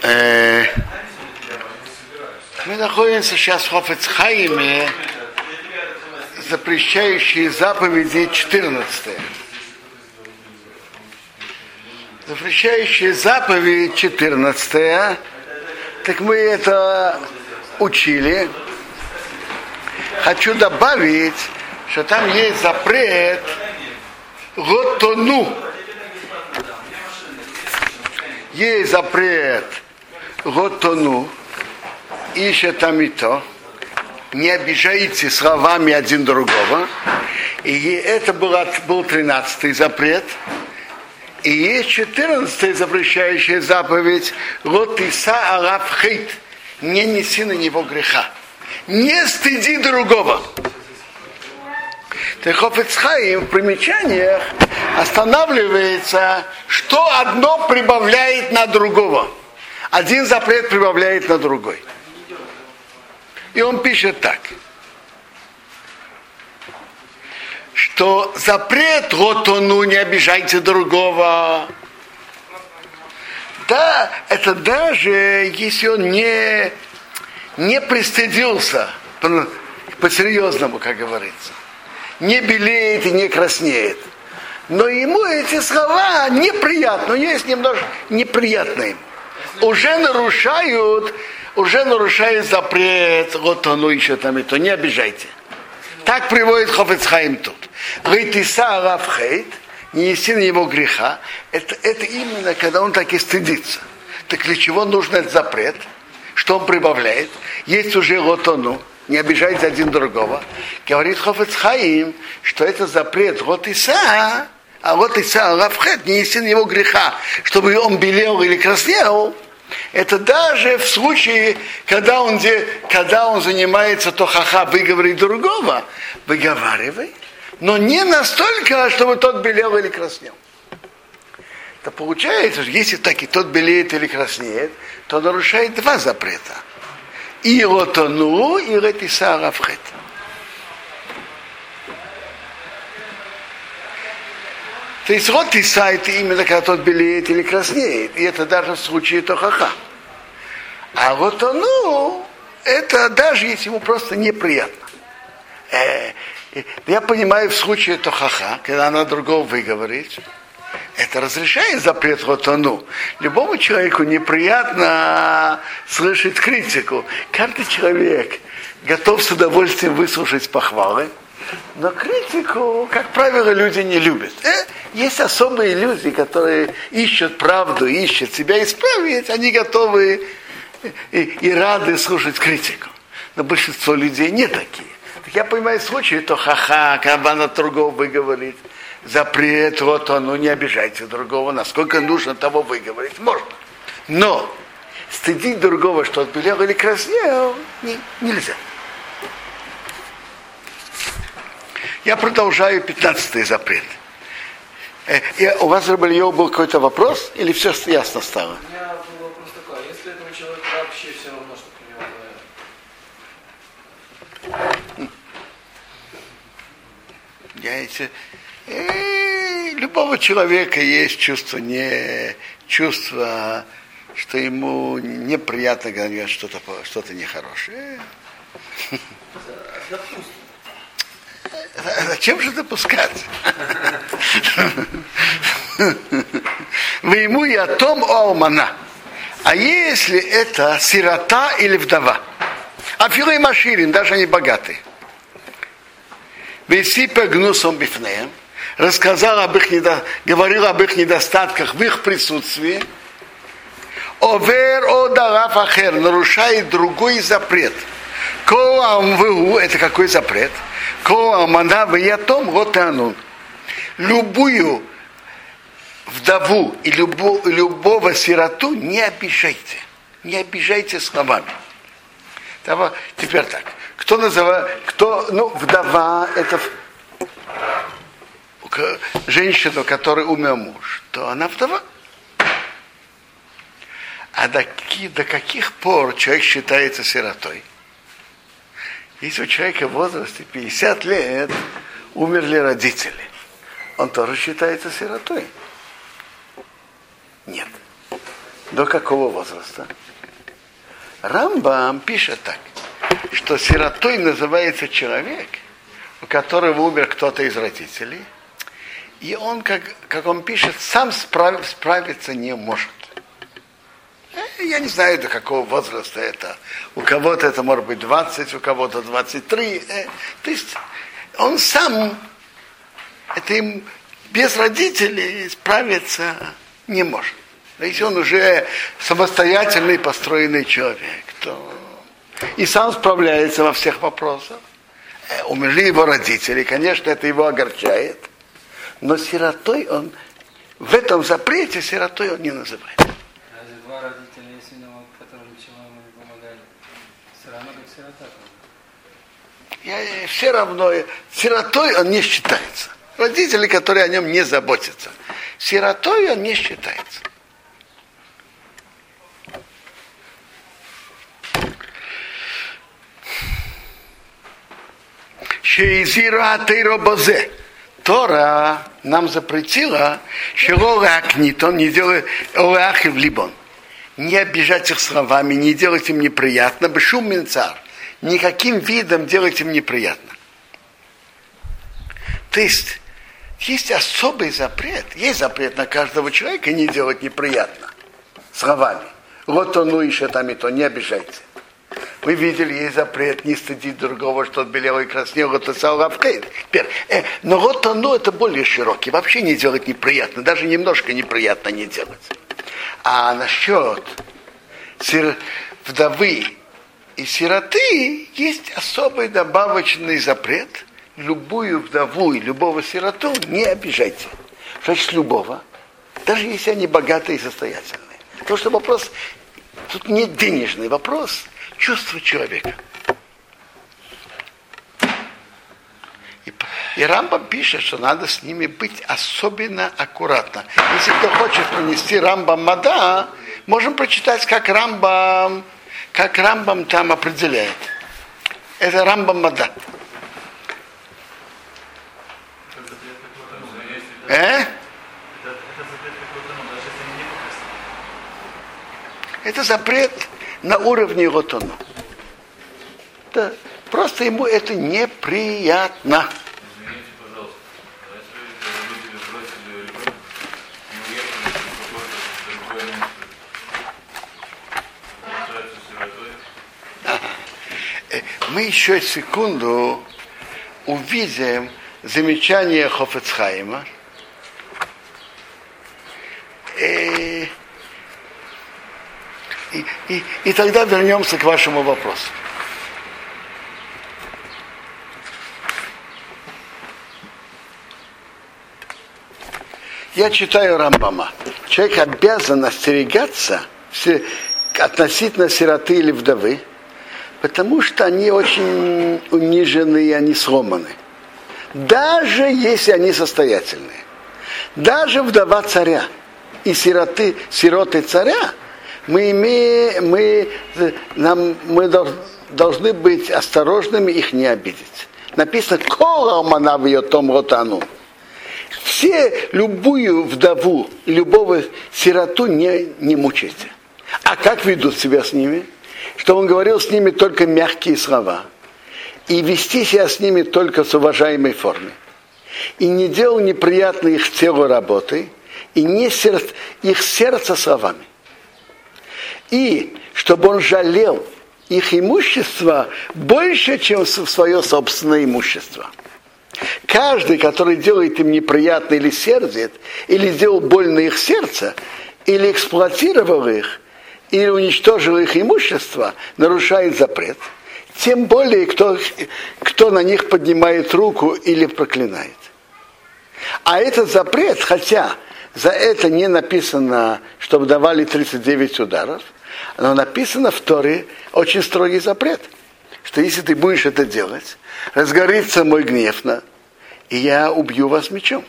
Мы находимся сейчас в Хофец Хаиме, запрещающие заповеди 14. Запрещающие заповеди 14. Так мы это учили. Хочу добавить, что там есть запрет готону. Есть запрет готону. Ищет там и то. Не обижайте словами один другого. И это был 13-й запрет. И есть 14-я запрещающая заповедь «Лотиса алав хейт» – «Не неси на него греха». Не стыди другого. Хофец Хаим в примечаниях останавливается, что одно прибавляет на другого. Один запрет прибавляет на другой. И он пишет так, что запрет готону, не обижайте другого. Да, это даже если он не пристыдился по-серьезному, как говорится. Не белеет и не краснеет. Но ему эти слова неприятны. У него есть немножко неприятно ему. Уже нарушают запрет, вот оно еще там и то, не обижайте. Так приводит Хофец Хаим тут. Рейтиса алав хейт, не неси на него греха, это именно когда он так и стыдится. Так для чего нужен этот запрет? Что он прибавляет? Есть уже лотону, не обижайте один другого. Говорит Хофец Хаим, что это запрет лотиса, а лотиса алав хейт, не неси на него греха, чтобы он белел или краснел. Это даже в случае, когда он занимается тохаха, выговорить другого, выговаривай, но не настолько, чтобы тот белел или краснел. Это получается, что если так и тот белеет или краснеет, то нарушает два запрета. И лотону, и ретиса алав хейт. То есть ротиса это именно когда тот белеет или краснеет. И это даже в случае тохаха. А лотону это даже если ему просто неприятно. Я понимаю в случае тохаха, когда она другого выговорит, это разрешает запрет лотону. Любому человеку неприятно слышать критику. Каждый человек готов с удовольствием выслушать похвалы. Но критику, как правило, люди не любят. Есть особые люди, которые ищут правду, ищут себя исправить, они готовы и рады слушать критику. Но большинство людей не такие. Так я понимаю случаи, то ха-ха, когда на другого выговорит, запрет, вот он, ну не обижайте другого, насколько нужно того выговорить, можно. Но стыдить другого, что отбелел или краснел, нельзя. Я продолжаю 15-й запрет. У вас, Рабальев, был какой-то вопрос? Или все ясно стало? У меня был вопрос такой. Если этому человеку вообще все равно, что про него любого человека есть чувство, что ему неприятно говорить что-то нехорошее. Зачем же допускать? Вы ему и о том алмана. А если это сирота или вдова? А филой маширин, даже они богатые. Весипа гнусом бифнеем, говорил об их недостатках в их присутствии. Овер одарав ахер, нарушает другой запрет. Коам это какой запрет? Коамана веятом готанун. Любую вдову и любого сироту не обижайте. Не обижайте словами. Теперь так. Вдова это женщина, у которой умер муж, то она вдова. А до каких пор человек считается сиротой? Если у человека в возрасте 50 лет умерли родители, он тоже считается сиротой? Нет. До какого возраста? Рамбам пишет так, что сиротой называется человек, у которого умер кто-то из родителей, и он, как он пишет, сам справиться не может. Я не знаю, до какого возраста это. У кого-то это может быть 20, у кого-то 23. То есть он сам, это им без родителей справиться не может. Если он уже самостоятельный, построенный человек, то и сам справляется во всех вопросах. Умерли его родители, конечно, это его огорчает, но сиротой он, в этом запрете сиротой он не называет. Разве два родителя есть виноват, которые ничего ему не помогали? Все равно как сирота. Все равно сиротой он не считается. Родители, которые о нем не заботятся. Сиротой он не считается. Тора нам запретила, что не делай в Либон. Не обижать их словами, не делать им неприятно, бешум минцар. Никаким видом делать им неприятно. То есть особый запрет. Есть запрет на каждого человека не делать неприятно словами. Вот он, ну еще там и то, не обижайте. Вы видели, есть запрет не стыдить другого, что белел и краснел, это салавкейт. Но вот оно, это более широкий. Вообще не делать неприятно, даже немножко неприятно не делать. А насчет вдовы и сироты есть особый добавочный запрет. Любую вдову и любого сироту не обижайте. Что значит любого? Даже если они богатые и состоятельные. Потому что вопрос, тут не денежный вопрос, чувство человека. И Рамбам пишет, что надо с ними быть особенно аккуратно. Если кто хочет принести Рамбам Мада, можем прочитать, как Рамбам там определяет. Это Рамбам Мада. Это запрет на уровне ротону. Да, просто ему это неприятно. Извините, пожалуйста, а если родители бросили ребенка и уехали в другое место, получается сиротой? Мы еще секунду увидим замечание Хофец Хаима. И тогда вернемся к вашему вопросу. Я читаю Рамбама. Человек обязан остерегаться относительно сироты или вдовы, потому что они очень унижены и они сломаны. Даже если они состоятельные. Даже вдова царя и сироты царя, мы должны быть осторожными, их не обидеть. Написано, любую вдову, любого сироту не мучайте. А как ведут себя с ними? Что он говорил с ними только мягкие слова. И вести себя с ними только с уважаемой формой. И не делал неприятной их телу работы, и не их сердце словами. И чтобы он жалел их имущество больше, чем свое собственное имущество. Каждый, который делает им неприятно или сердит, или сделал больно их сердце, или эксплуатировал их, или уничтожил их имущество, нарушает запрет. Тем более, кто на них поднимает руку или проклинает. А этот запрет, хотя за это не написано, чтобы давали 39 ударов, но написано в Торе очень строгий запрет, что если ты будешь это делать, разгорится мой гнев, и я убью вас мечом.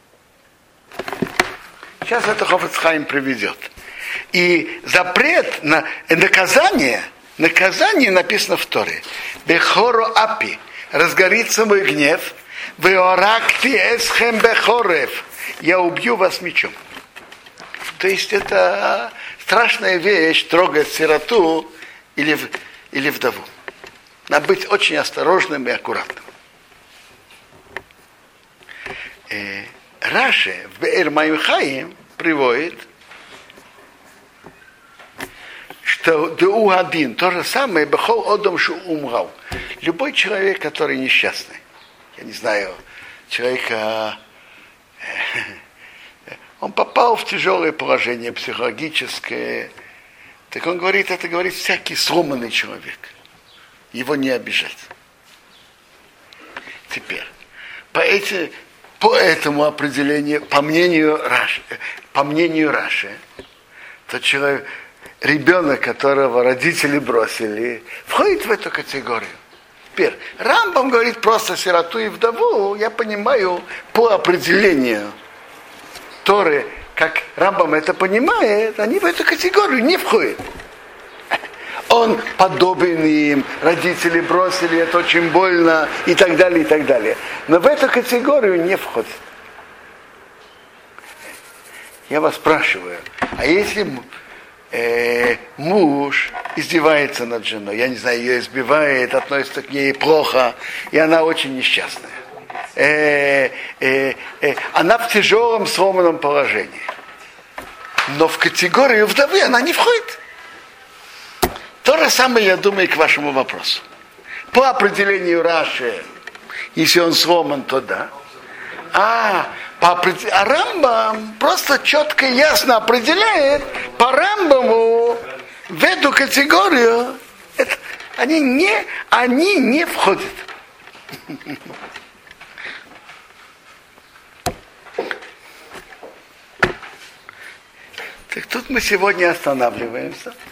Сейчас это Хофец Хаим приведет. И запрет на наказание написано в Торе. Бехоро апи, разгорится мой гнев, веоракти эсхем бехорев, я убью вас мечом. То есть это страшная вещь трогать сироту или вдову. Надо быть очень осторожным и аккуратным. Раши в Беэр Маим Хаим приводит, что Деуадин то же самое, Бехол Одом Шу Умрал. Любой человек, который несчастный, я не знаю, человека, он попал в тяжелое положение психологическое, так он говорит, это говорит всякий сломанный человек. Его не обижать. Теперь, по этому определению, по мнению Раши, тот человек, ребенок, которого родители бросили, входит в эту категорию. Теперь, Рамбам говорит просто сироту и вдову, я понимаю, по определению Торы, как Рамбам это понимает, они в эту категорию не входят. Он подобен им, родители бросили, это очень больно, и так далее, и так далее. Но в эту категорию не входит. Я вас спрашиваю, а если муж издевается над женой, я не знаю, ее избивает, относится к ней плохо, и она очень несчастная. Она в тяжелом сломанном положении. Но в категорию вдовы она не входит. То же самое, я думаю, к вашему вопросу. По определению Раши, если он сломан, то да. А Рамбам просто четко и ясно определяет по Рамбаму в эту категорию. Они не входят. Так тут мы сегодня останавливаемся.